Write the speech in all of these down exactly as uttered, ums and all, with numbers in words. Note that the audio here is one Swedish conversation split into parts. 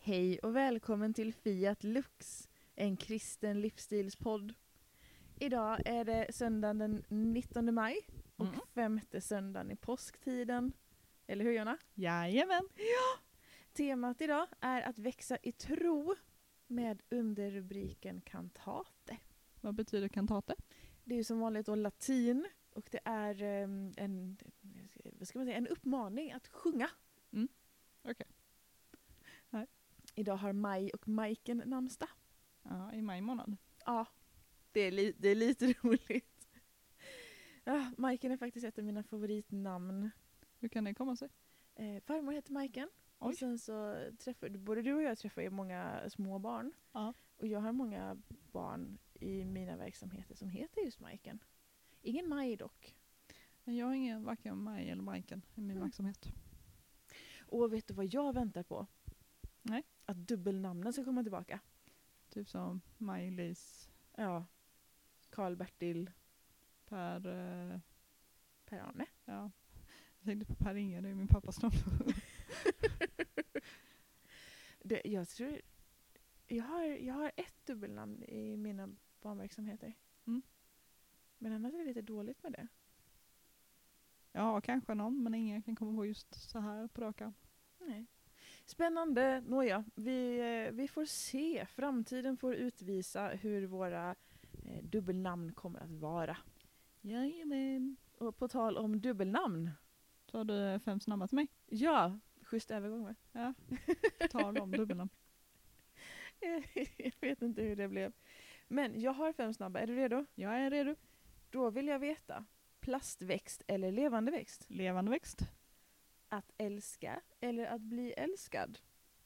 Hej och välkommen till Fiat Lux, en kristen livsstilspodd. Idag är det söndagen den nittonde maj och Mm. femte söndagen i påsktiden. Eller hur, Jonna? Jajamän. Ja! Temat idag är att växa i tro med underrubriken kantate. Vad betyder kantate? Det är ju som vanligt då latin och det är um, en, vad ska man säga, en uppmaning att sjunga. Mm. Okej. Okay. Idag har Maj och Majken namnsdag. Ja, i maj månad. Ja, det är, li- det är lite roligt. Ja, Majken är faktiskt ett av mina favoritnamn. Hur kan det komma sig? Eh, farmor heter Majken. Oj. Och sen så träffar både du och jag träffar ju många små barn. Ja. Och jag har många barn i mina verksamheter som heter just Majken. Ingen Maj dock. Men jag har ingen, varken Maj eller Majken i min Mm. verksamhet. Och vet du vad jag väntar på? Nej. Att dubbelnamnen ska komma tillbaka. Typ som Maj-Lis, Ja. Karl-Bertil, Per... Eh, Per-Arne. ja. Jag tänkte på Per Inge, det är min pappas namn. Det, jag tror... Jag har, jag har ett dubbelnamn i mina barnverksamheter. Mm. Men annars är det lite dåligt med det. Ja, kanske någon, men ingen kan komma ihåg just så här på raka. Nej. Spännande. Nåja, vi, eh, vi får se. Framtiden får utvisa hur våra eh, dubbelnamn kommer att vara. Jajamän. Och på tal om dubbelnamn. Tar du fem snabba till mig? Ja, schysst övergång va? Ja. Tar om dubbelnamn. Jag vet inte hur det blev. Men jag har fem snabba. Är du redo? Jag är redo. Då vill jag veta. Plastväxt eller levande växt? Levande växt. Att älska eller att bli älskad?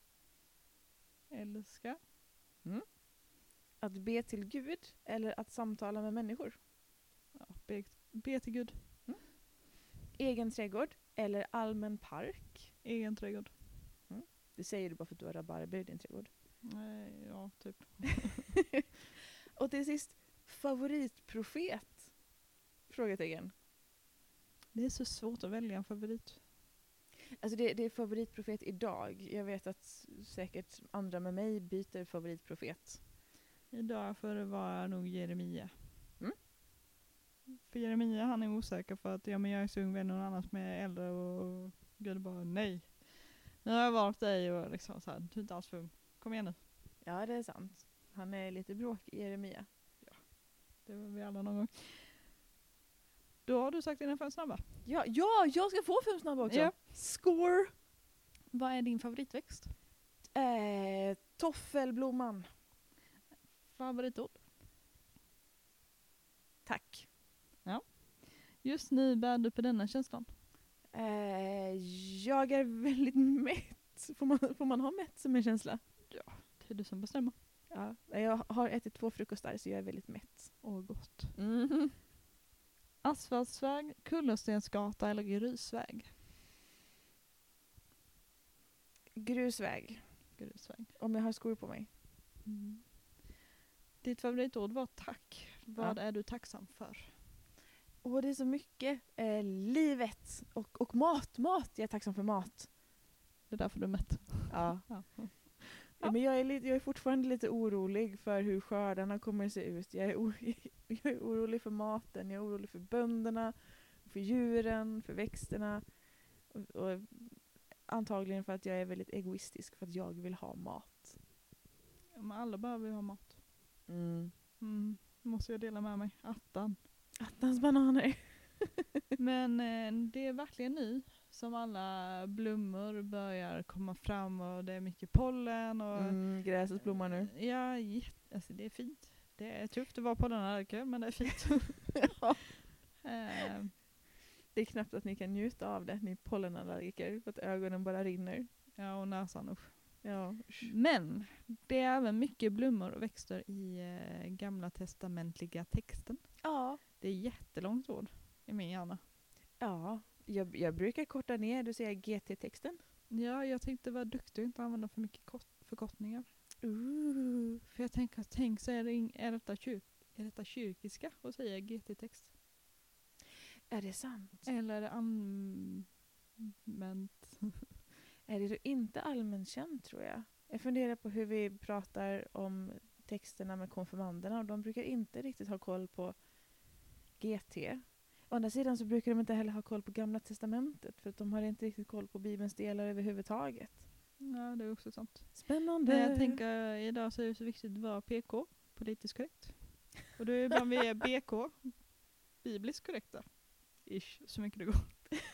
Älska. Att be till Gud eller att samtala med människor? Ja, be, be till Gud. Egen trädgård eller allmän park? Egen trädgård. Det säger du bara för att du har rabarber i din trädgård. Nej, ja, typ. Och till sist, favoritprofet? Frågetecken. Det är så svårt att välja en favorit. Alltså det, det är favoritprofet idag. Jag vet att säkert andra med mig byter favoritprofet. Idag får det vara nog Jeremia. Mm. För Jeremia, han är osäker för att ja, men jag är så ung, vem någon annan som är äldre och Gud bara nej. Nu har jag valt dig och liksom så här, du är inte alls för ung. Kom igen nu. Ja, det är sant. Han är lite bråkig, Jeremia. Det var vi alla någon gång. Då har du sagt dina fem snabba. Ja, ja, jag ska få fem snabba också. Ja. Score! Vad är din favoritväxt? Eh, toffelblomman. Favoritord? Tack. Just nu bär du på denna känslan. Eh, jag är väldigt mätt. Får man, får man ha mätt som en känsla? Det är du som bestämmer. Ja, jag har ätit två frukostar så jag är väldigt mätt. Åh, gott. Mm. Asfaltsväg, kullerstensgata eller grusväg? Grusväg. Grusväg. Om jag har skor på mig. Mm. Ditt favoritord var tack. Vad Ja. är du tacksam för? Och det är så mycket. Eh, livet och, och mat. Mat. Jag är tacksam för mat. Det är därför du är mätt. Ja. Ja. Ja, men jag är, lite, jag är fortfarande lite orolig för hur skördarna kommer att se ut. Jag är, o- jag är orolig för maten. Jag är orolig för bönderna. För djuren. För växterna. Och, och antagligen för att jag är väldigt egoistisk. För att jag vill ha mat. Ja, men alla behöver ju ha mat. Mm. Mm. Måste jag dela med mig. Attan. Attans bananer. Men eh, det är verkligen nu som alla blommor börjar komma fram och det är mycket pollen. Och, Mm, gräset blommar nu. Ja, jätte- alltså det är fint. Det är tufft att vara pollenallergiker, men det är fint. Ja. eh, Det är knappt att ni kan njuta av det, ni pollenallergiker, för att ögonen bara rinner. ja, och näsan, usch. Ja. Men det är även mycket blommor och växter i eh, gamla testamentliga texten. Ja. Det är jättelångt ord i min hjärna. Ja. Jag, jag brukar korta ner, du säger G T-texten. Ja, jag tänkte vara duktig och inte använda för mycket kort- förkortningar. Ooh. För jag tänker, tänk så är, det in, är, detta kyrk, är detta kyrkiska att säga G T-text? Är det sant? Eller är det allmänt? Är det då inte allmänt känt, tror jag? Jag funderar på hur vi pratar om texterna med konfirmanderna och de brukar inte riktigt ha koll på G T. Å andra sidan så brukar de inte heller ha koll på Gamla testamentet för att de har inte riktigt koll på Bibelns delar överhuvudtaget. Ja, det är också sant. Spännande! Men jag tänker idag så är det så viktigt att vara P K, politiskt korrekt. Och då är ibland vi är B K, bibliskt korrekta. Ish, så mycket det går.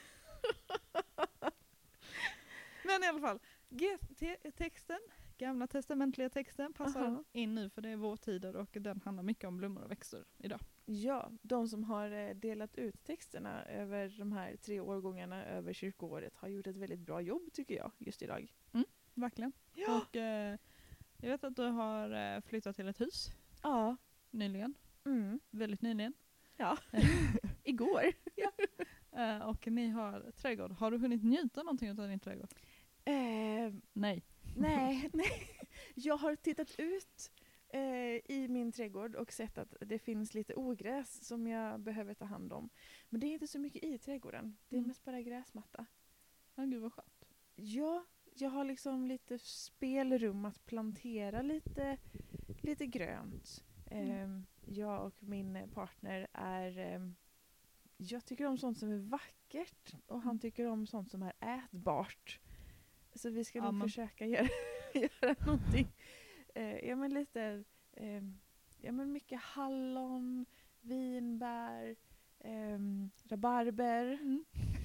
Men i alla fall, G T-texten, Gamla testamentliga texten, passar Aha. in nu för det är vår tider och den handlar mycket om blommor och växter idag. Ja, de som har eh, delat ut texterna över de här tre årgångarna över kyrkoåret har gjort ett väldigt bra jobb tycker jag just idag. Verkligen. Ja. Och eh, jag vet att du har eh, flyttat till ett hus Ja. nyligen. Mm. Väldigt nyligen. Ja. Igår. Eh, och ni har trädgård. Har du hunnit njuta någonting av din trädgård? Eh, Nej. nej, nej. Jag har tittat ut eh, i min trädgård och sett att det finns lite ogräs som jag behöver ta hand om. Men det är inte så mycket i trädgården. Det är Mm. mest bara gräsmatta. Ja, gud vad skönt. Ja, jag har liksom lite spelrum att plantera lite, lite grönt. Mm. Eh, jag och min partner är... Eh, jag tycker om sånt som är vackert och han Mm. tycker om sånt som är ätbart. Så vi ska Ja, nog men- försöka göra, göra någonting. Eh, ja men lite, eh, ja men mycket hallon, vinbär, eh, rabarber. Mm.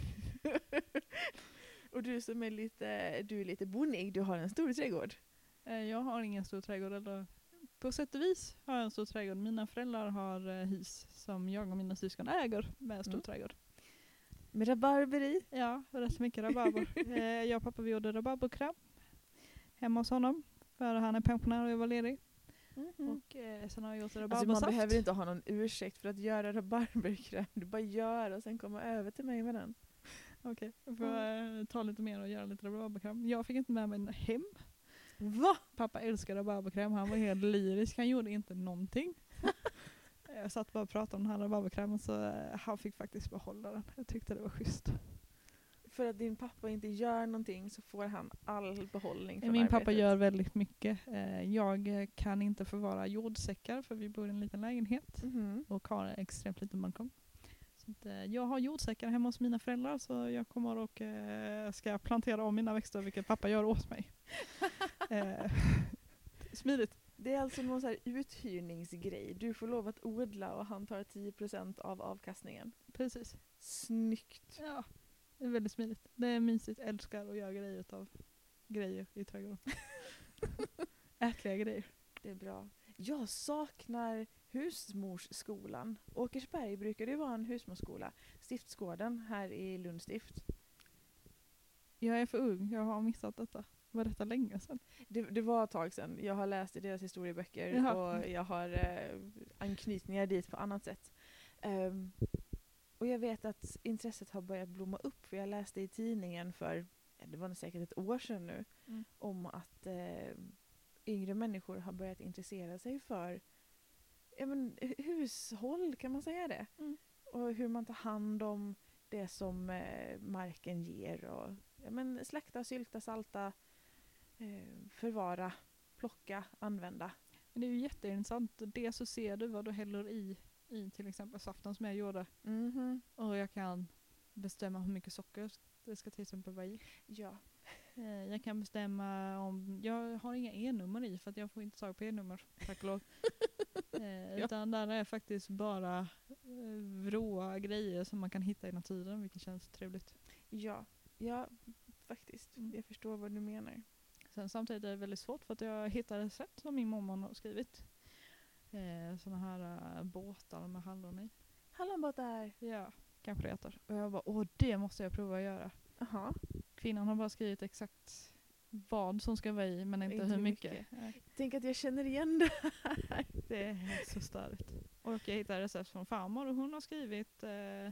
Och du som är lite, du är lite bonnig, du har en stor trädgård. Eh, jag har ingen stor trädgård. Eller på sätt och vis har jag en stor trädgård. Mina föräldrar har eh, hus som jag och mina syskon äger med en stor Mm. trädgård. Med rabarber i. Ja, rätt mycket rabarber. eh, jag och pappa vi gjorde rabarberkräm hemma hos honom. För han är pensionär och jag var ledig. Mm. Och eh, sen har jag gjort Alltså man rabarbersaft. behöver inte ha någon ursäkt för att göra rabarberkräm. Du bara gör och sen kommer över till mig med den. Okej, jag får eh, ta lite mer och göra lite rabarberkräm. Jag fick inte med mig den hem. Va? Pappa älskar rabarberkräm. Han var helt lyrisk. Han gjorde inte någonting. Jag satt bara och pratade om den här rabarberkrämen så eh, han fick faktiskt behålla den. Jag tyckte det var schysst. För att din pappa inte gör någonting så får han all behållning från Min arbetet. pappa gör väldigt mycket. Eh, Jag eh, kan inte förvara jordsäckar för vi bor i en liten lägenhet Mhm. och har en extremt liten balkong. Så att, eh, jag har jordsäckar hemma hos mina föräldrar så jag kommer och eh, ska plantera om mina växter vilket pappa gör åt mig. eh, smidigt. Det är alltså någon så här uthyrningsgrej. Du får lov att odla och han tar tio procent av avkastningen. Precis. Snyggt. Ja, det är väldigt smidigt. Det är mysigt. Älskar att göra grejer av grejer i trädgården. Ätliga grejer. Det är bra. Jag saknar husmorsskolan. Åkersberg brukar det vara en husmorsskola. Stiftsgården här i Lund stift. Jag är för ung. Jag har missat detta. Var detta länge sedan? Det, det var ett tag sedan. Jag har läst i deras historieböcker Jaha. och jag har eh, anknytningar dit på annat sätt. Ehm, och jag vet att intresset har börjat blomma upp. För jag läste i tidningen för, ja, det var nog säkert ett år sedan nu, Mm. om att eh, yngre människor har börjat intressera sig för ja, men, hu- hushåll, kan man säga det? Mm. Och hur man tar hand om det som eh, marken ger. Och, ja, men, slakta, sylta, salta, eh, förvara, plocka, använda. Men det är ju jätteintressant. Dels så ser du vad du häller i, i till exempel saften som jag gjorde. Mhm. Och jag kan bestämma hur mycket socker det ska till exempel vara i. Ja. Eh, Jag kan bestämma om, jag har inga e-nummer i för att jag får inte tag på e-nummer, tack och lov. Eh, utan där är faktiskt bara eh, råa grejer som man kan hitta i naturen, vilket känns trevligt. Ja, ja, faktiskt. Mm. Jag förstår vad du menar. Sen samtidigt är det väldigt svårt för att jag hittar recept som min mamma har skrivit. Eh, såna här uh, båtar med hallon i. Hallonbåtar! Ja, kanske det heter. Och jag bara, åh det måste jag prova att göra. Jaha. Kvinnan har bara skrivit exakt vad som ska vara i, men inte, Inte hur hur mycket. mycket. Nej. Tänk att jag känner igen det här. Det är så störigt. Och jag hittade recept från farmor och hon har skrivit eh,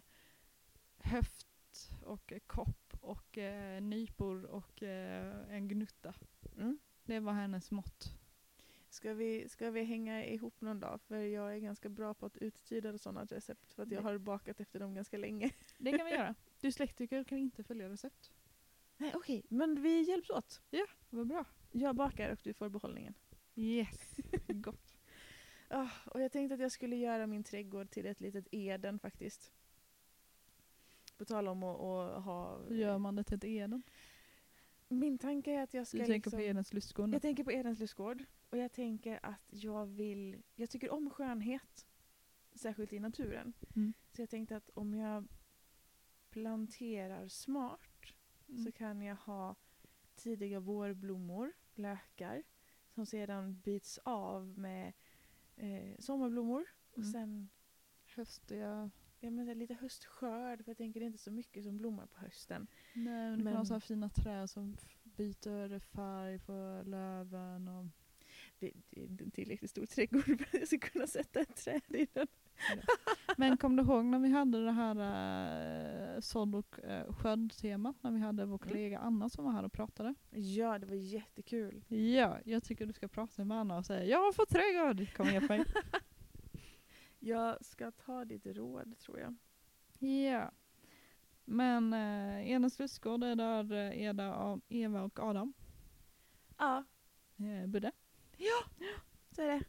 höft och kopp och eh, nypor och eh, en gnutta. Mm. Det var hennes mått. Ska vi, ska vi hänga ihop någon dag? För jag är ganska bra på att uttyda sådana recept. För att jag Det- har bakat efter dem ganska länge. Det kan vi göra. Dyslektiker kan inte följa recept. Nej, okej. Men vi hjälps åt. Vad bra. Jag bakar och du får behållningen. Yes, gott. Oh, och jag tänkte att jag skulle göra min trädgård till ett litet Eden faktiskt. På tal om att, att ha... Hur gör man det till ett Eden? Min tanke är att jag ska Du tänker liksom... på Edens lustgård nu? Jag tänker på Edens lustgård. Och jag tänker att jag vill... Jag tycker om skönhet. Särskilt i naturen. Mm. Så jag tänkte att om jag planterar smart Mm. så kan jag ha tidiga vårblommor, lökar, som sedan byts av med eh, sommarblommor. Och Mm. sen Höstiga... ja, men så här lite höstskörd, för jag tänker det är inte så mycket som blommar på hösten. Nej, men du Men- kan ha så här fina träd som f- byter färg på löven. Och... Det, det är inte en tillräckligt stor trädgård för att jag ska kunna sätta ett träd i den. Men kom du ihåg när vi hade det här äh, sådd och äh, skörd-temat? När vi hade vår kollega Anna som var här och pratade. Ja, det var jättekul. Ja, jag tycker du ska prata med Anna och säga jag har fått trädgård, kom igen mig. Jag ska ta ditt råd, tror jag. Ja. Men äh, Edens lustgård är där äh, Eda, av Eva och Adam Ja, äh, bodde. så är det.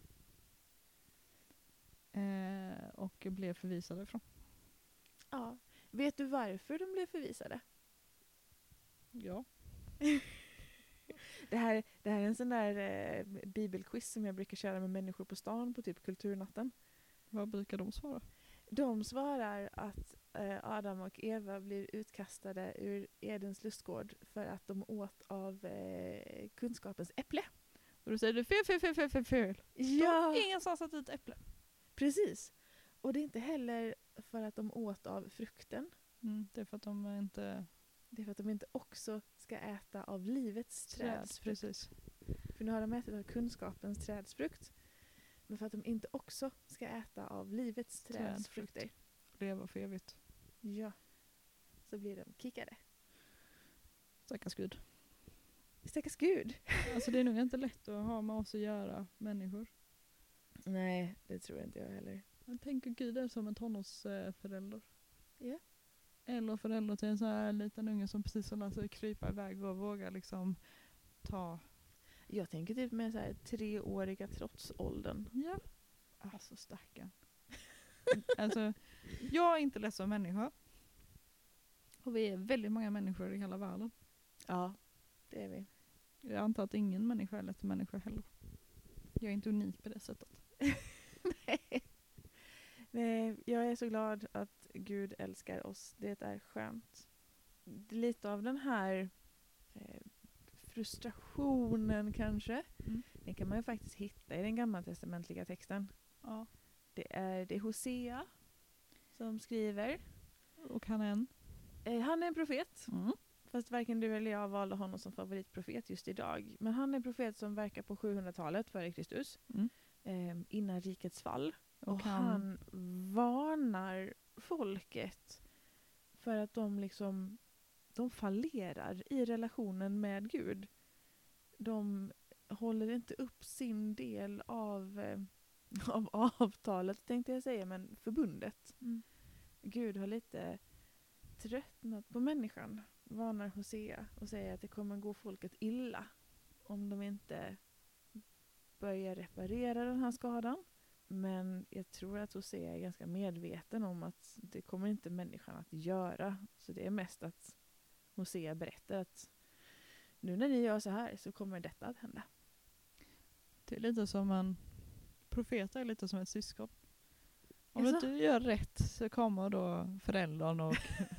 Äh, och blev förvisade från. Ja. Vet du varför de blev förvisade? Ja. Det här, det här är en sån där eh, bibelquiz som jag brukar köra med människor på stan på typ kulturnatten. Vad brukar de svara? De svarar att eh, Adam och Eva blir utkastade ur Edens lustgård för att de åt av eh, kunskapens äpple. Och då säger du fel, fel, fel, fel, fel, fel. Ja, De har ingenstans att ett äpple. precis. Och det är inte heller för att de åt av frukten. Mm, det är för att de inte... Det är för att de inte också ska äta av livets trädsfrukt. Precis. För nu har de ätit av kunskapens trädsfrukt. Men för att de inte också ska äta av livets Trädsfrukt. trädsfrukter. Leva för evigt. Ja. Så blir de kickade. Stackars Gud. Stackars Gud. Alltså det är nog inte lätt att ha med oss att göra människor. Nej, det tror inte jag heller. Jag tänker Gud är som en tonårsförälder. Ja. Eller förälder till en sån här liten unge som precis har lärt sig krypa iväg och våga liksom ta... Jag tänker typ med så här treåriga trotsåldern. Ja. Alltså stackarn. Alltså, jag är inte lätt som människa. Och vi är väldigt många människor i hela världen. Ja, det är vi. Jag antar att ingen människa är lätt människa heller. Jag är inte unik på det sättet. Nej. Nej, jag är så glad att Gud älskar oss. Det är skönt. Lite av den här eh, frustrationen kanske. Mm. Den kan man ju faktiskt hitta i den gammaltestamentliga texten. Ja. Det är, det är Hosea som skriver. Och han är en. Eh, han är en profet. Mm. Fast varken du eller jag valde honom som favoritprofet just idag. Men han är en profet som verkar på sjuhundratalet före Kristus. Mm. Eh, innan rikets fall. Och, Och han, han varnar folket för att de liksom de fallerar i relationen med Gud. De håller inte upp sin del av, eh, av avtalet, tänkte jag säga, men förbundet. Mm. Gud har lite tröttnat på människan, varnar Hosea och säger att det kommer gå folket illa om de inte börjar reparera den här skadan. Men jag tror att Hosea är ganska medveten om att det kommer inte människan att göra. Så det är mest att Hosea berättar att nu när ni gör så här så kommer detta att hända. Det är lite som en profet är lite som ett syskon. Om Jaså? du inte gör rätt så kommer då föräldern och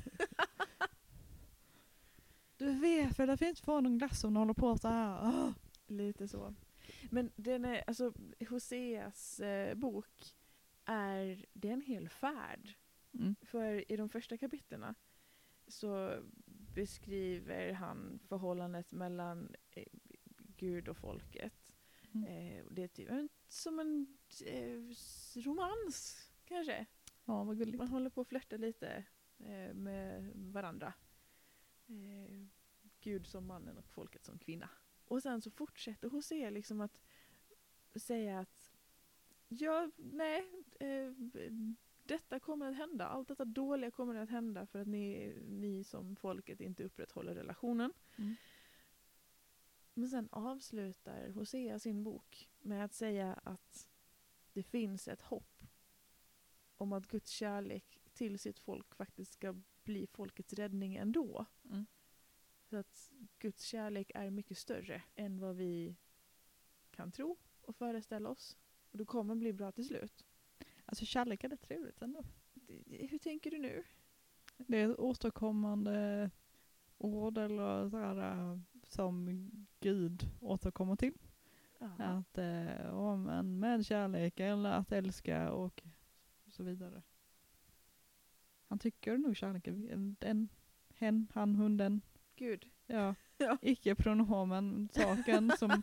du vet för det finns för någon glass som håller på så här. Oh. Lite så. Men den är, alltså, Hoseas eh, bok är, det är en hel färd. Mm. För i de första kapitlerna så beskriver han förhållandet mellan eh, Gud och folket. Mm. Eh, det är typ en, som en eh, s- romans kanske. Ja, vad gulligt. Man håller på att flirta lite eh, med varandra. Eh, Gud som mannen och folket som kvinna. Och sen så fortsätter Hosea liksom att säga att ja, nej, eh, detta kommer att hända. Allt detta dåliga kommer att hända för att ni, ni som folket inte upprätthåller relationen. Mm. Men sen avslutar Hosea sin bok med att säga att det finns ett hopp om att Guds kärlek till sitt folk faktiskt ska bli folkets räddning ändå. Mm. Så att Guds kärlek är mycket större än vad vi kan tro och föreställa oss. Och det kommer bli bra till slut. Alltså kärlek är det trevligt ändå. Det, hur tänker du nu? Det är ett återkommande ord eller så här, som Gud återkommer till. Aha. Att eh, om en med kärlek eller att älska och så vidare. Han tycker nog kärlek är den, hen, han, hunden. Gud. Ja, Ja. icke-pronomen saken som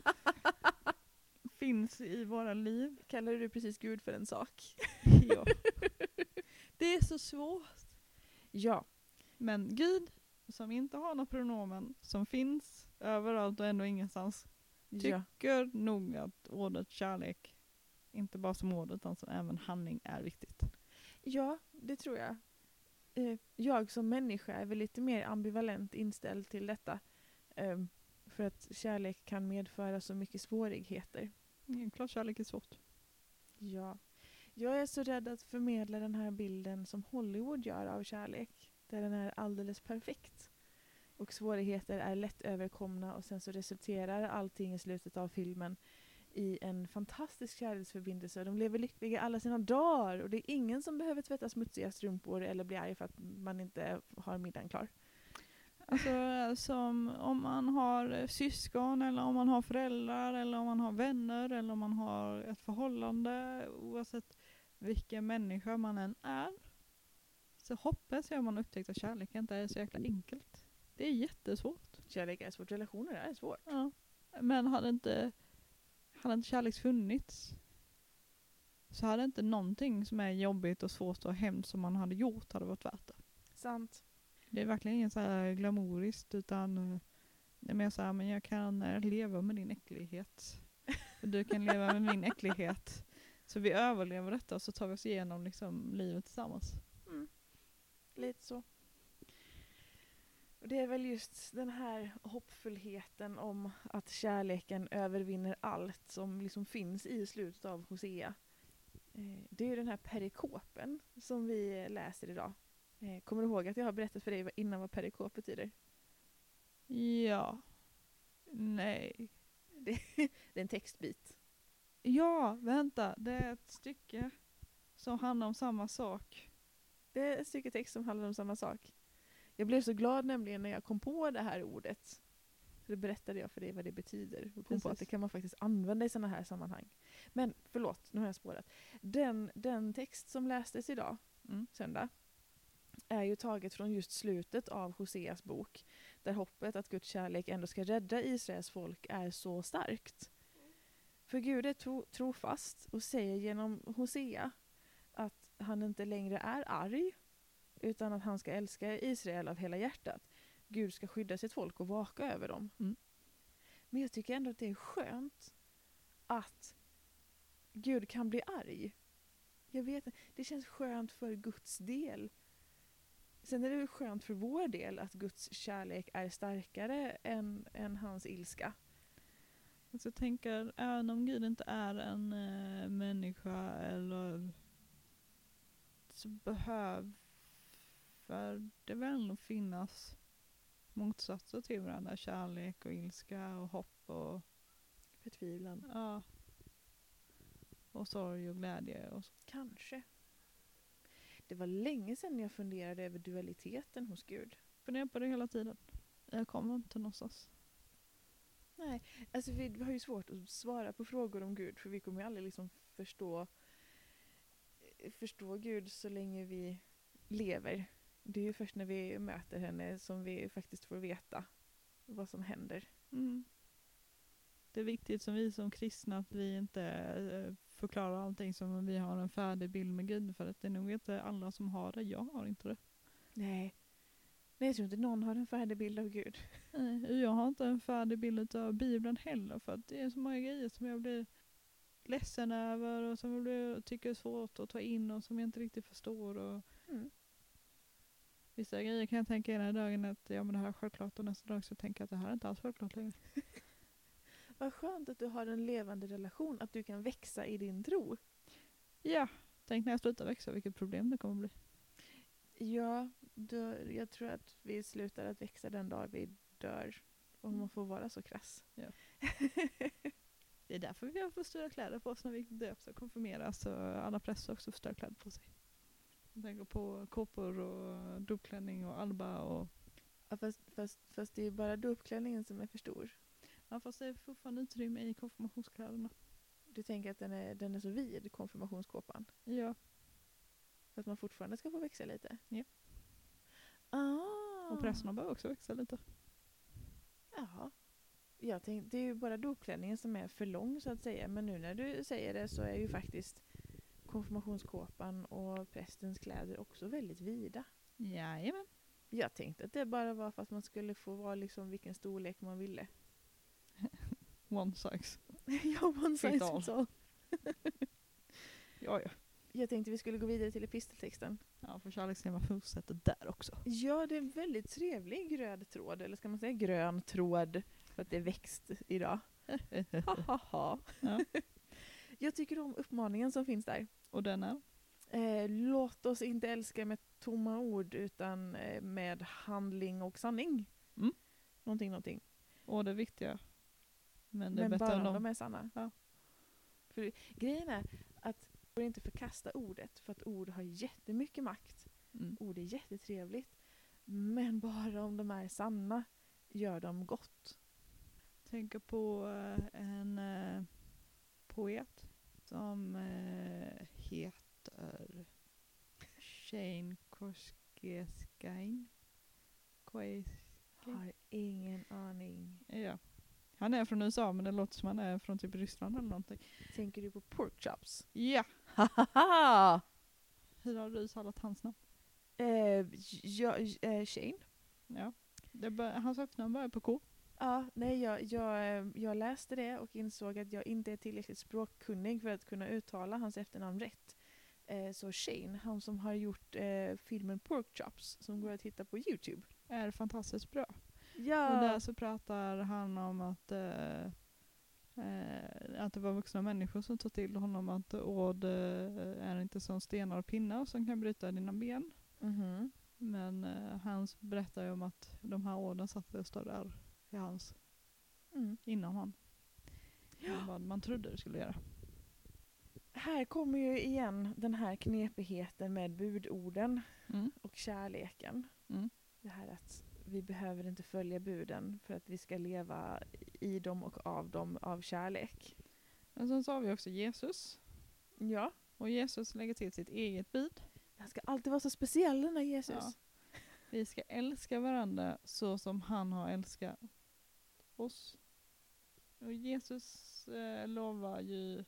finns i våra liv. Kallar du precis Gud för en sak? Ja. Det är så svårt. Ja. Men Gud som inte har något pronomen, som finns överallt och ändå ingenstans, Ja. tycker nog att ordet kärlek, inte bara som ord utan som även handling, är viktigt. Ja, det tror jag. Eh, Jag som människa är väl lite mer ambivalent inställd till detta. Ehm, För att kärlek kan medföra så mycket svårigheter. Mm, klart kärlek är svårt. Ja. Jag är så rädd att förmedla den här bilden som Hollywood gör av kärlek. Där den är alldeles perfekt. Och svårigheter är lätt överkomna och sen så resulterar allting i slutet av filmen i en fantastisk kärleksförbindelse. De lever lyckliga alla sina dagar och det är ingen som behöver tvätta smutsiga strumpor eller bli arg för att man inte har middagen klar. Alltså som om man har syskon eller om man har föräldrar eller om man har vänner eller om man har ett förhållande, oavsett vilken människa man än är, så hoppas jag att man upptäckt att kärlek inte är så jäkla enkelt. Det är jättesvårt. Kärlek är svårt, relationer är svårt. Ja. Men hade inte, hade inte kärlek funnits så hade inte någonting som är jobbigt och svårt och hemskt som man hade gjort hade varit värt det. Sant. Det är verkligen inget så här glamouriskt, utan eh, det är mer så här, men jag kan eh, leva med din äcklighet. Och du kan leva med min äcklighet. Så vi överlever detta och så tar vi oss igenom liksom livet tillsammans. Mm. Lite så. Och det är väl just den här hoppfullheten om att kärleken övervinner allt som liksom finns i slutet av Hosea. Eh, Det är ju den här perikopen som vi läser idag. Eh, Kommer du ihåg att jag har berättat för dig vad- innan vad perikop betyder? Ja. Nej. Det är en textbit. Ja, vänta. Det är ett stycke som handlar om samma sak. Det är ett stycke text som handlar om samma sak. Jag blev så glad nämligen när jag kom på det här ordet. Så då berättade jag för dig vad det betyder. Och kom på Precis. att det kan man faktiskt använda i sådana här sammanhang. Men förlåt, nu har jag spårat. Den, den text som lästes idag, Mm. söndag, är ju taget från just slutet av Hoseas bok. Där hoppet att Guds kärlek ändå ska rädda Israels folk är så starkt. För Gud är tro, trofast och säger genom Hosea att han inte längre är arg utan att han ska älska Israel av hela hjärtat. Gud ska skydda sitt folk och vaka över dem. Mm. Men jag tycker ändå att det är skönt att Gud kan bli arg. Jag vet, det känns skönt för Guds del. Sen är det skönt för vår del att Guds kärlek är starkare än, än hans ilska. Så jag tänker, även om Gud inte är en äh, människa eller så behöver det väl ändå finnas motsatser till varandra. Kärlek och ilska och hopp och Förtvivlan. ja, och sorg och glädje. Och så. Kanske. Det var länge sedan jag funderade över dualiteten hos Gud. Funderar på det hela tiden. Jag kommer inte någonstans. Nej, alltså vi har ju svårt att svara på frågor om Gud för vi kommer ju aldrig liksom förstå förstå Gud så länge vi lever. Det är ju först när vi möter henne som vi faktiskt får veta vad som händer. Mm. Det är viktigt som vi som kristna att vi inte eh, förklarar allting som om vi har en färdig bild med Gud, för att det är nog inte alla som har det. Jag har inte det. Nej. Nej, jag tror inte någon har en färdig bild av Gud. Nej, jag har inte en färdig bild av Bibeln heller, för att det är så många grejer som jag blir ledsen över och som jag blir, tycker är svårt att ta in och som jag inte riktigt förstår. Och Mm. vissa grejer kan jag tänka ena dagen att ja, men det här är självklart, och nästa dag så tänker jag att det här är inte alls självklart längre. Vad skönt att du har en levande relation, att du kan växa i din tro. Ja, tänk när jag slutar växa vilket problem det kommer bli. Ja, då, jag tror att vi slutar att växa den dag vi dör. Om man får vara så krass. Ja. Det är därför vi har för stora kläder på oss när vi döps och konfirmeras. Och alla präster också får stora kläder på sig. Jag tänker på kåpor och dopklänning och alba. Och... Ja, fast, fast, fast det är bara dopklänningen som är för stor. Ja, fast det är fortfarande utrymme i konfirmationskläderna. Du tänker att den är, den är så vid, konfirmationskåpan? Ja. För att man fortfarande ska få växa lite? Ja. Ah. Och prästerna behöver också växa lite. Ja. Jag tänkte, det är ju bara dopklänningen som är för lång så att säga. Men nu när du säger det så är ju faktiskt konfirmationskåpan och prästens kläder också väldigt vida. Jajamän. Jag tänkte att det bara var för att man skulle få vara liksom vilken storlek man ville. One size. Ja, one size all. fits all. Ja, ja. Jag tänkte vi skulle gå vidare till episteltexten. Ja, för kärlekstemat fortsätter där också. Ja, det är en väldigt trevlig röd tråd. Eller ska man säga grön tråd? För att det är växt idag. Ha, ha, ha. Ja. Jag tycker om uppmaningen som finns där. Och den är? Eh, låt oss inte älska med tomma ord utan eh, med handling och sanning. Mm. Någonting, någonting. Och det viktiga. Men det är Men bättre bara än om dem. de är sanna. Ja. För grejen är att man får inte förkasta ordet. För att ord har jättemycket makt. Mm. Ord är jättetrevligt. Men bara om de är sanna gör de gott. Tänker på eh, en eh, poet som eh, heter Shane Korskeskain. Har ingen aning. Ja. Han är från U S A men det låter som han är från typ Ryssland eller någonting. Tänker du på pork chops? Ja. Hahaha! Hur har du uttalat hans namn? Eh, ja, eh, Shane? Ja. Det bör, hans efternamn börjar på K. Ja, nej, jag, jag, eh, jag läste det och insåg att jag inte är tillräckligt språkkunnig för att kunna uttala hans efternamn rätt. Eh, så Shane, han som har gjort eh, filmen Pork Chops som går att hitta på YouTube. Är fantastiskt bra. Ja! Och där så pratar han om att, eh, eh, att det var vuxna människor som tog till honom att ord eh, är inte som stenar och pinnar som kan bryta dina ben. Mhm. Men eh, han berättar ju om att de här orden satte större ärr i hans Mm. inom han. Ja. Än vad man trodde det skulle göra. Här kommer ju igen den här knepigheten med budorden Mm. och kärleken. Mm. Det här att vi behöver inte följa buden för att vi ska leva i dem och av dem av kärlek. Men sen så har vi också Jesus. Ja. Och Jesus lägger till sitt eget bud. Han ska alltid vara så speciell den här Jesus. Ja. Vi ska älska varandra så som han har älskat oss. Och Jesus eh, lovar ju...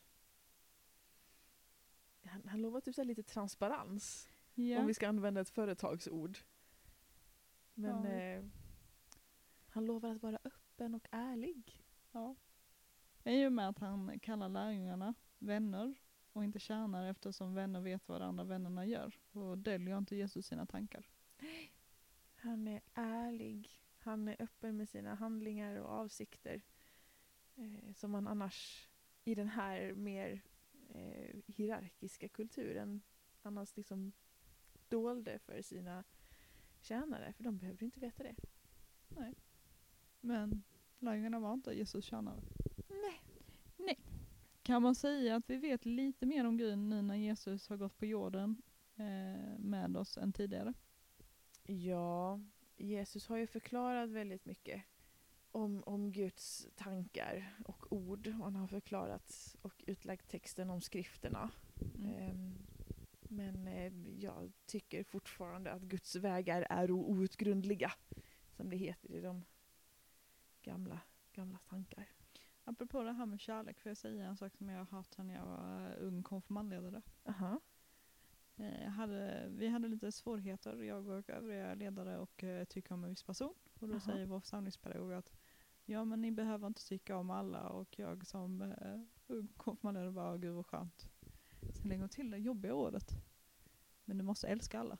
Han, han lovar typ så här lite transparens. Ja. Om vi ska använda ett företagsord. Men Ja. eh, han lovar att vara öppen och ärlig. Ja. I och med att han kallar lärjungarna vänner och inte tjänar eftersom vänner vet vad de andra vännerna gör. Och döljer inte Jesus sina tankar. Han är ärlig. Han är öppen med sina handlingar och avsikter. Eh, som man annars i den här mer eh, hierarkiska kulturen annars liksom dolde för sina tjänare. För de behövde inte veta det. Nej. Men lärjungarna var inte Jesus tjänare. Nej. Nej. Kan man säga att vi vet lite mer om Gud nu när Jesus har gått på jorden eh, med oss än tidigare? Ja, Jesus har ju förklarat väldigt mycket om, om Guds tankar och ord. Och han har förklarat och utlagt texten om skrifterna. Mm. Ehm, men eh, jag tycker fortfarande att Guds vägar är outgrundliga. Som det heter i de gamla, gamla tankar. Apropå det här med kärlek får jag säga en sak som jag har haft när jag var ung konfirmandledare. Aha. Eh, jag hade, vi hade lite svårigheter, jag och övriga ledare, och eh, tycka om en viss person. Och då Aha. säger vår församlingspedagog att ja, men ni behöver inte tycka om alla. Och jag som eh, ung konfirmandledare bara, gud vad skönt. Sen lägger hon till det jobbiga ordet. Men du måste älska alla.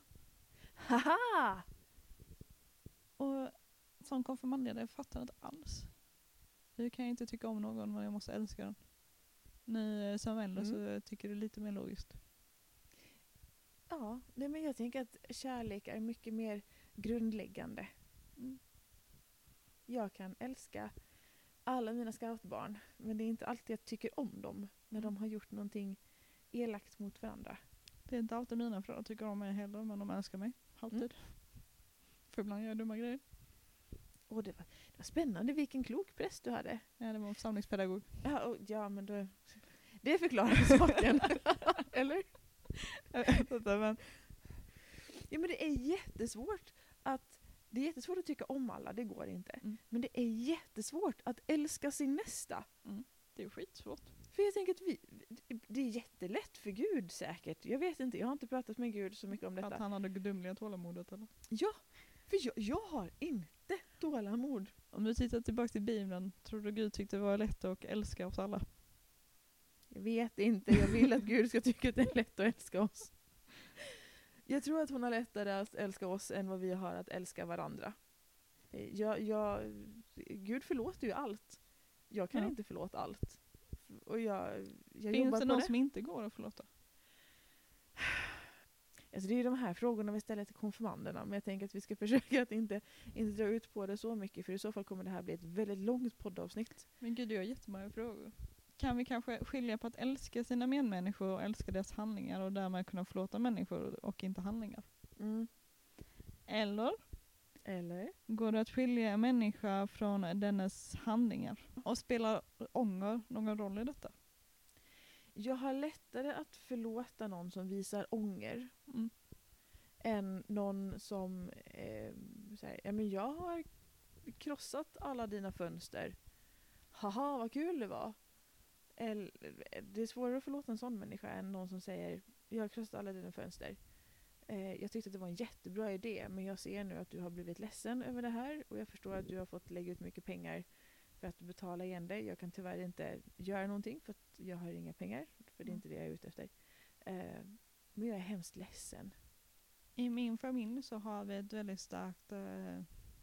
Haha! Och som konfirmandledare fattar jag inte alls. Hur kan jag inte tycka om någon men jag måste älska den? Ni eh, som äldre Mm. så tycker det är lite mer logiskt. Ja, nej men jag tänker att kärlek är mycket mer grundläggande. Mm. Jag kan älska alla mina scoutbarn, men det är inte alltid jag tycker om dem när Mm. de har gjort någonting elakt mot varandra. Det är inte alltid mina föräldrar tycker om mig heller, men de älskar mig. Alltid. Mm. För ibland gör jag dumma grejer. Och det var, det var spännande vilken klok präst du hade. Ja, det var församlingspedagog. Ja, och, ja men då, det förklarar saken. Eller? men, Ja, men det är jättesvårt att det är jättesvårt att tycka om alla, det går inte. Mm. Men det är jättesvårt att älska sin nästa. det är skitsvårt. För jag tänker att vi, det är jättelätt för Gud säkert. Jag vet inte, jag har inte pratat med Gud så mycket om För att detta. han hade gudomliga tålamodet eller? Ja, för jag, jag har inte tålamod. Om du tittar tillbaka till Bibeln, tror du Gud tyckte det var lätt att älska oss alla? Jag vet inte, jag vill att Gud ska tycka att det är lätt att älska oss. Jag tror att hon har lättare att älska oss än vad vi har att älska varandra. Jag, jag, Gud förlåter ju allt. Jag kan Ja. inte förlåta allt. Och jag, jag Finns jobbar det på någon det. som inte går att förlåta? Alltså det är ju de här frågorna vi ställer till konfirmanderna. Men jag tänker att vi ska försöka att inte, inte dra ut på det så mycket. För i så fall kommer det här bli ett väldigt långt poddavsnitt. Men gud, du har jättemånga frågor. Kan vi kanske skilja på att älska sina medmänniskor och älska deras handlingar och därmed kunna förlåta människor och inte handlingar? Mm. Eller Eller? går det att skilja en människa från dennes handlingar? Och spelar ånger någon roll i detta? Jag har lättare att förlåta någon som visar ånger. Mm. Än någon som eh, säger, ja men jag har krossat alla dina fönster. Haha, vad kul det var. Eller, det är svårare att förlåta en sån människa än någon som säger, jag har krossat alla dina fönster. Eh, jag tyckte att det var en jättebra idé, men jag ser nu att du har blivit ledsen över det här. Och jag förstår att du har fått lägga ut mycket pengar för att betala igen dig. Jag kan tyvärr inte göra någonting för att jag har inga pengar. För det är Mm. inte det jag är ute efter. Eh, men jag är hemskt ledsen. I min familj så har vi ett väldigt starkt... Eh,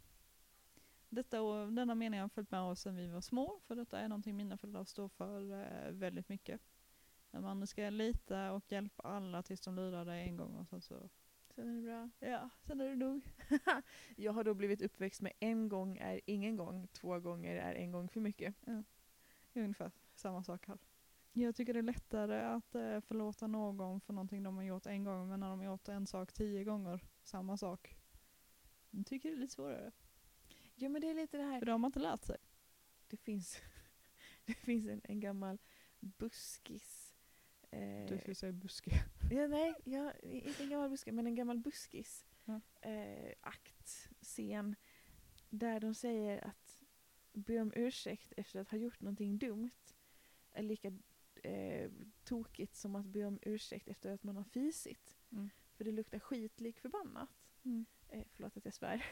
detta och denna mening har följt med oss sedan vi var små. För detta är någonting mina föräldrar står för eh, väldigt mycket. När man ska lita och hjälpa alla tills de lurar dig en gång och sen så... Sen är det bra. Ja, sen är det nog. Jag har då blivit uppväxt med en gång är ingen gång, två gånger är en gång för mycket. Ungefär samma sak här. Jag tycker det är lättare att eh, förlåta någon för någonting de har gjort en gång, men när de har gjort en sak tio gånger, samma sak. Jag tycker det är lite svårare. Ja, men det är lite det här. För det har man inte lärt sig. Det finns, det finns en, en gammal buskis. Eh, Du skulle säga buske. ja, nej, ja, inte en gammal buskis, men en gammal buskis. Ja. Eh, akt, scen. Där de säger att be om ursäkt efter att ha gjort någonting dumt är lika eh, tokigt som att be om ursäkt efter att man har fisit. Mm. För det luktar skit lik förbannat. Mm. Eh, förlåt att jag svär.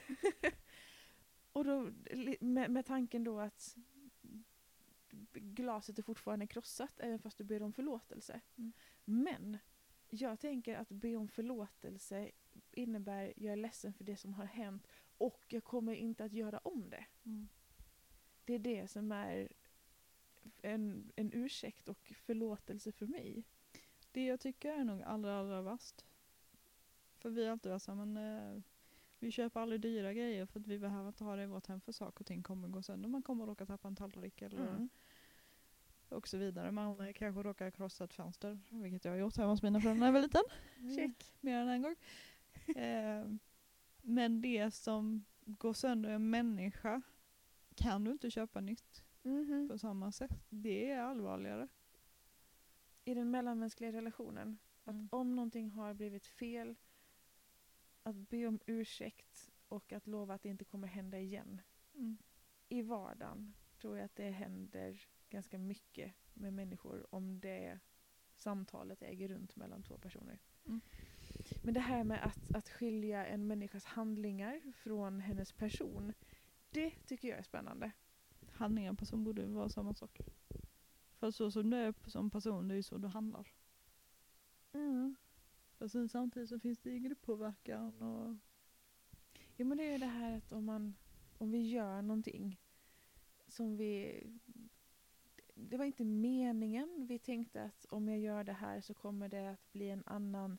Och då, li- med, med tanken då att glaset är fortfarande krossat även fast du ber om förlåtelse. Mm. Men jag tänker att be om förlåtelse innebär jag är ledsen för det som har hänt och jag kommer inte att göra om det. Mm. Det är det som är en, en ursäkt och förlåtelse för mig. Det jag tycker är nog allra, allra värst. För vi har alltid varit så här, men eh, vi köper aldrig dyra grejer för att vi behöver inte ha det i vårt hem för saker och ting kommer gå sönder. Man kommer råka tappa en tallrik eller Mm. och så vidare. Man eh, kanske råkar krossa ett fönster, vilket jag har gjort hemma hos mina föräldrar när jag var liten. Check. Mer än en gång. eh, men det som går sönder en människa kan du inte köpa nytt Mhm. på samma sätt. Det är allvarligare. I den mellanmänskliga relationen. Att Mm. om någonting har blivit fel, att be om ursäkt och att lova att det inte kommer hända igen. Mm. I vardagen tror jag att det händer ganska mycket med människor om det samtalet äger runt mellan två personer. Mm. Men det här med att, att skilja en människas handlingar från hennes person, det tycker jag är spännande. Handlingar på som borde vara samma sak. För så som du är som person, det är ju så du handlar. Mm. Och sen samtidigt så finns det ju grupppåverkan och... Jo, men det är ju det här att om, man, om vi gör någonting som vi... Det var inte meningen. Vi tänkte att om jag gör det här så kommer det att bli en annan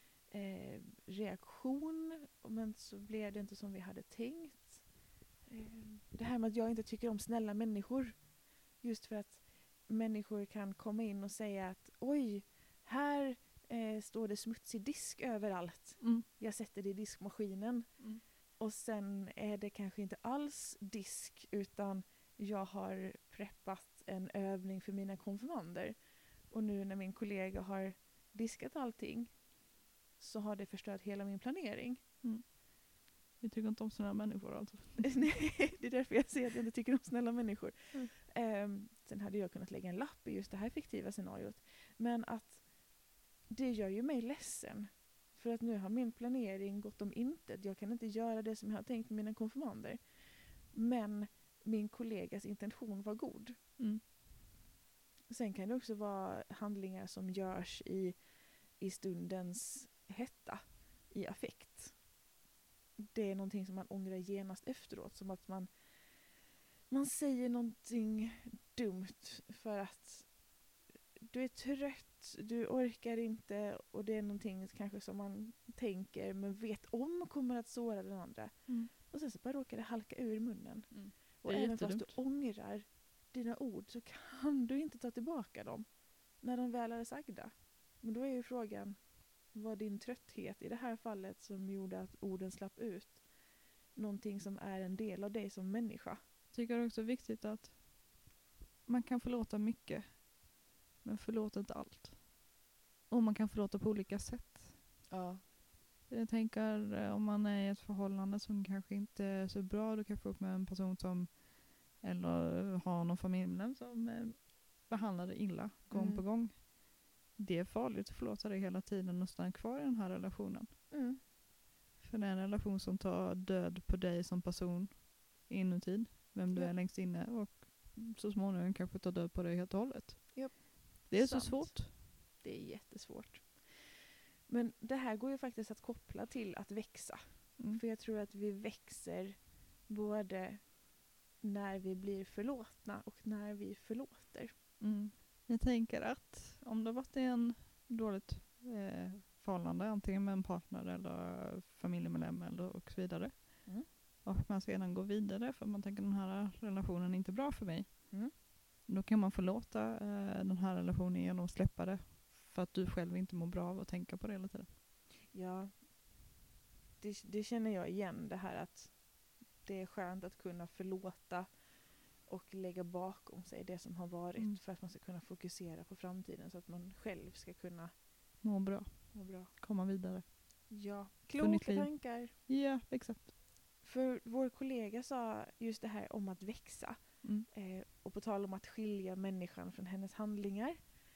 eh, reaktion. Men så blev det inte som vi hade tänkt. Eh, det här med att jag inte tycker om snälla människor. Just för att människor kan komma in och säga att oj, här eh, står det smutsig disk överallt. Mm. Jag sätter det i diskmaskinen. Mm. Och sen är det kanske inte alls disk utan jag har preppat en övning för mina konfirmander. Och nu när min kollega har diskat allting så har det förstört hela min planering. Mm. Vi tycker inte om snälla människor alltså. Nej, det är därför jag säger att jag inte tycker om snälla människor. Mm. Um, sen hade jag kunnat lägga en lapp i just det här fiktiva scenariot. Men att det gör ju mig ledsen. För att nu har min planering gått om intet. Jag kan inte göra det som jag har tänkt med mina konfirmander. Men min kollegas intention var god. Mm. Sen kan det också vara handlingar som görs i, i stundens hetta, i affekt. Det är någonting som man ångrar genast efteråt. Som att man, man säger någonting dumt för att du är trött, du orkar inte och det är någonting kanske som man tänker men vet om kommer att såra den andra. Mm. Och sen så bara råkar det halka ur munnen. Mm. Och Det är även fast du jättedumt. ångrar dina ord så kan du inte ta tillbaka dem när de väl är sagda. Men då är ju frågan, var din trötthet i det här fallet som gjorde att orden slapp ut någonting som är en del av dig som människa? Jag tycker också det är viktigt att man kan förlåta mycket men förlåta inte allt. Och man kan förlåta på olika sätt. Ja. Jag tänker eh, om man är i ett förhållande som kanske inte är så bra, du kan få upp med en person som eller har någon familjemedlem som eh, behandlar dig illa gång Mm. på gång. Det är farligt att förlåta dig hela tiden och stanna kvar i den här relationen. Mm. För det är en relation som tar död på dig som person inuti, vem du Ja. är längst inne och så småningom kanske tar död på dig helt och hållet. Japp. Det är Sant. så svårt. Det är jättesvårt. Men det här går ju faktiskt att koppla till att växa. Mm. För jag tror att vi växer både när vi blir förlåtna och när vi förlåter. Mm. Jag tänker att om det har varit en dåligt eh, förhållande, antingen med en partner eller familjemedlem eller och så vidare. Mm. Och man sedan går vidare för man tänker den här relationen är inte bra för mig. Mm. Då kan man förlåta eh, den här relationen genom att släppa det. För att du själv inte mår bra av att tänka på det hela tiden. Ja, det, det känner jag igen. Det här att det är skönt att kunna förlåta och lägga bakom sig det som har varit. Mm. För att man ska kunna fokusera på framtiden så att man själv ska kunna Må bra. må bra. Komma vidare. Ja, För nytt kloka liv. tankar. Ja, exakt. För vår kollega sa just det här om att växa. Mm. Eh, och på tal om att skilja människan från hennes handlingar.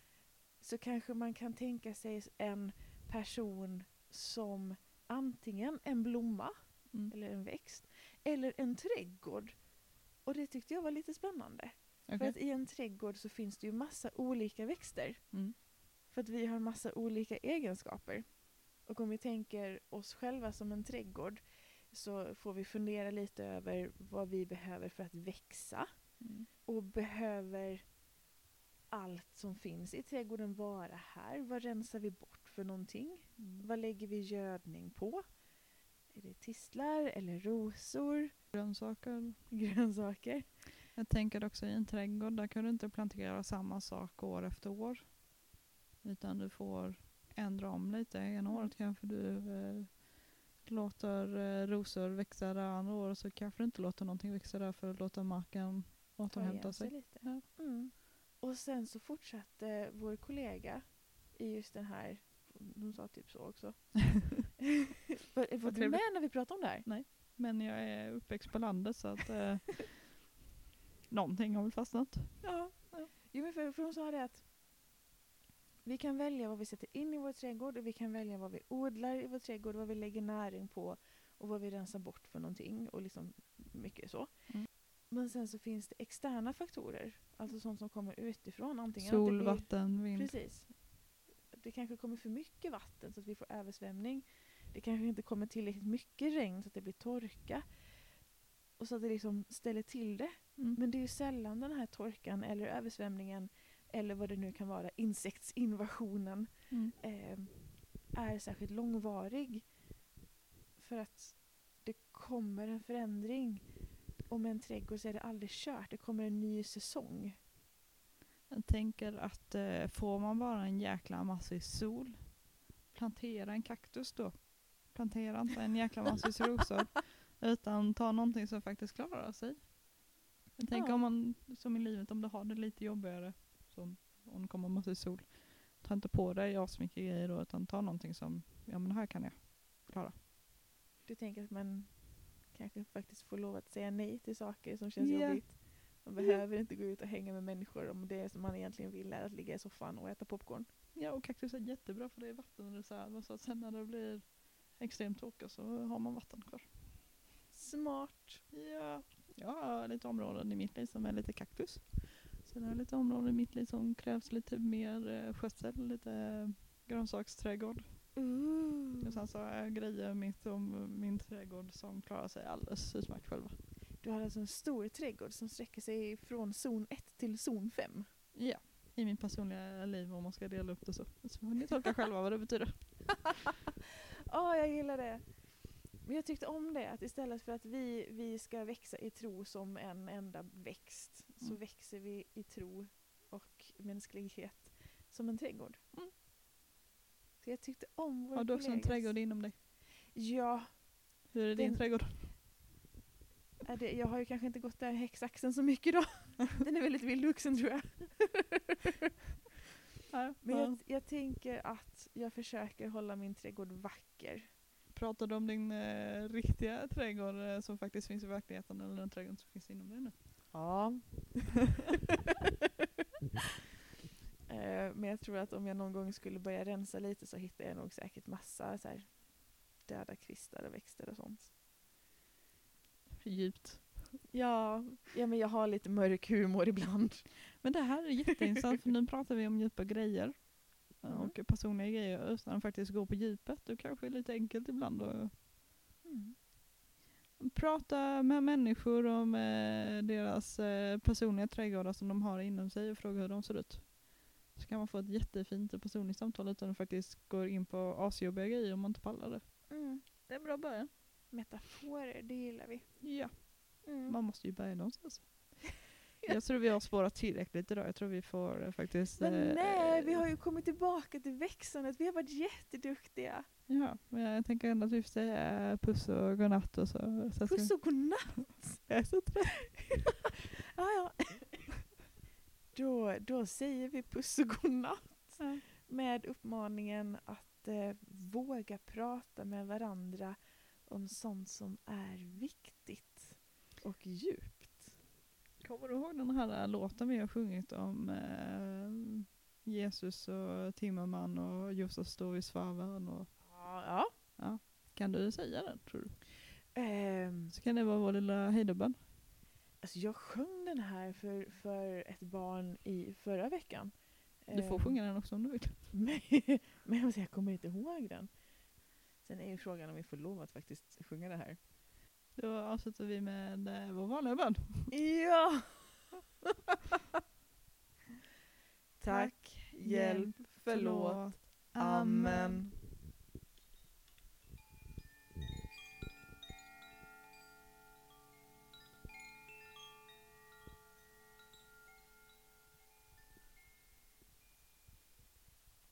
Så kanske man kan tänka sig en person som antingen en blomma Mm. eller en växt eller en trädgård. Och det tyckte jag var lite spännande. För Okej. att i en trädgård så finns det ju massa olika växter. Mm. För att vi har massa olika egenskaper. Och om vi tänker oss själva som en trädgård så får vi fundera lite över vad vi behöver för att växa. Mm. Och behöver allt som finns i trädgården vara här? Vad rensar vi bort för någonting? Mm. Vad lägger vi gödning på? Är det tistlar eller rosor? Grönsaker. Grönsaker? Jag tänker också i en trädgård, där kan du inte plantera samma sak år efter år. Utan du får ändra om lite. Ena Mm. året kanske du eh, låter eh, rosor växa där, andra året så kanske du inte låter någonting växa där för att låta marken Ta återhämta igen sig sig. lite. Ja. Mm. Och sen så fortsatte vår kollega i just den här, hon sa typ så också. var var du trevligt. med när vi pratade om det här? Men jag är uppväxt på landet så att eh, någonting har väl fastnat. Ja. ja. Jo, men för, för hon sa det att vi kan välja vad vi sätter in i vår trädgård och vi kan välja vad vi odlar i vår trädgård, vad vi lägger näring på och vad vi rensar bort för någonting och liksom mycket så. Mm. Men sen så finns det externa faktorer, alltså sånt som kommer utifrån. Antingen att Sol, det blir, vatten, vind. precis. Det kanske kommer för mycket vatten så att vi får översvämning. Det kanske inte kommer tillräckligt mycket regn så att det blir torka. och så att det liksom ställer till det. Mm. Men det är ju sällan den här torkan eller översvämningen eller vad det nu kan vara, insektsinvasionen Mm. eh, är särskilt långvarig. För att det kommer en förändring. Och med en trädgård så är det aldrig kört. Det kommer en ny säsong. Jag tänker att eh, får man bara en jäkla massiv sol, plantera en kaktus då. Plantera inte en jäkla massiv rosor, utan ta någonting som faktiskt klarar sig. Jag tänker Ja. om man, som i livet, om du har det lite jobbigare, som om det kommer massiv sol, ta inte på dig asmycket grejer då, utan ta någonting som, ja men här kan jag klara. Du tänker att man kanske faktiskt får lov att säga nej till saker som känns Ja. jobbigt. Man behöver inte gå ut och hänga med människor om det som man egentligen vill är att ligga i soffan och äta popcorn. Ja, och kaktus är jättebra för det är vattenreserv, så att sen när det blir extremt torka så har man vatten kvar. Smart. Ja, jag har lite områden i mitt liv som är lite kaktus. Sen har jag lite områden i mitt liv som krävs lite mer eh, skötsel, lite eh, grönsaksträdgård. Ooh. Och sen så har jag grejer mitt om min trädgård som klarar sig alldeles utmärkt själva. Du har alltså en stor trädgård som sträcker sig från zon ett till zon fem. Ja, i min personliga liv om man ska dela upp det så. Så får ni tolka själva vad det betyder. Ja, jag gillar det. Men jag tyckte om det, att istället för att vi, vi ska växa i tro som en enda växt, så Mm. växer vi i tro och mänsklighet som en trädgård. Mm. Så jag tyckte om vår Har du också en kollegas- trädgård inom dig? Ja, Hur är din Den- trädgård? är det, jag har ju kanske inte gått där häxaxeln så mycket då. Den är väldigt vildvuxen tror jag. Ja, Men ja. jag, jag tänker att jag försöker hålla min trädgård vacker. Pratar du om din eh, riktiga trädgård eh, som faktiskt finns i verkligheten eller den trädgården som finns inom dig nu? Ja. Eh, Men jag tror att om jag någon gång skulle börja rensa lite så hittar jag nog säkert massa så här döda kvistar och växter och sånt. Djupt. Ja, ja men jag har lite mörk humor ibland. Men det här är jätteintressant för nu pratar vi om djupa grejer. Mm. Och personliga grejer utan att faktiskt gå på djupet. Det kanske är lite enkelt ibland att Mm. prata med människor om eh, deras eh, personliga trädgårdar som de har inom sig och fråga hur de ser ut. Så kan man få ett jättefint och personligt samtal utan att faktiskt gå in på asjobbiga grejer om man inte pallar det. Mm. Det är en bra början. Metaforer, det gillar vi. Ja, Mm. man måste ju börja någonstans. Jag tror vi har spårat tillräckligt idag. Jag tror vi får eh, faktiskt... Men eh, nej, vi har ju kommit tillbaka till växandet. Vi har varit jätteduktiga. Ja, men jag tänker ändå att vi får säga puss och godnatt och så. så ska- Puss och godnatt. Jag är så trött. Ja, ja. Då, då säger vi puss och godnatt. Ja. Med uppmaningen att eh, våga prata med varandra om sånt som är viktigt och djupt. Kommer du ihåg den här låten vi har sjungit om eh, Jesus och Timmerman och Josef står vid svarvaren? Och, Ja. ja. Kan du säga den, tror du? Ehm, Så kan det vara vår lilla hejdubben. alltså jag sjöng den här för, för ett barn i förra veckan. Du får Ehm, sjunga den också om du vill. Men, men jag, måste säga, jag kommer inte ihåg den. Sen är ju frågan om vi får lov att faktiskt sjunga det här. Då avslutar vi med eh, vår vanliga bön. Ja! Tack, hjälp, förlåt, amen.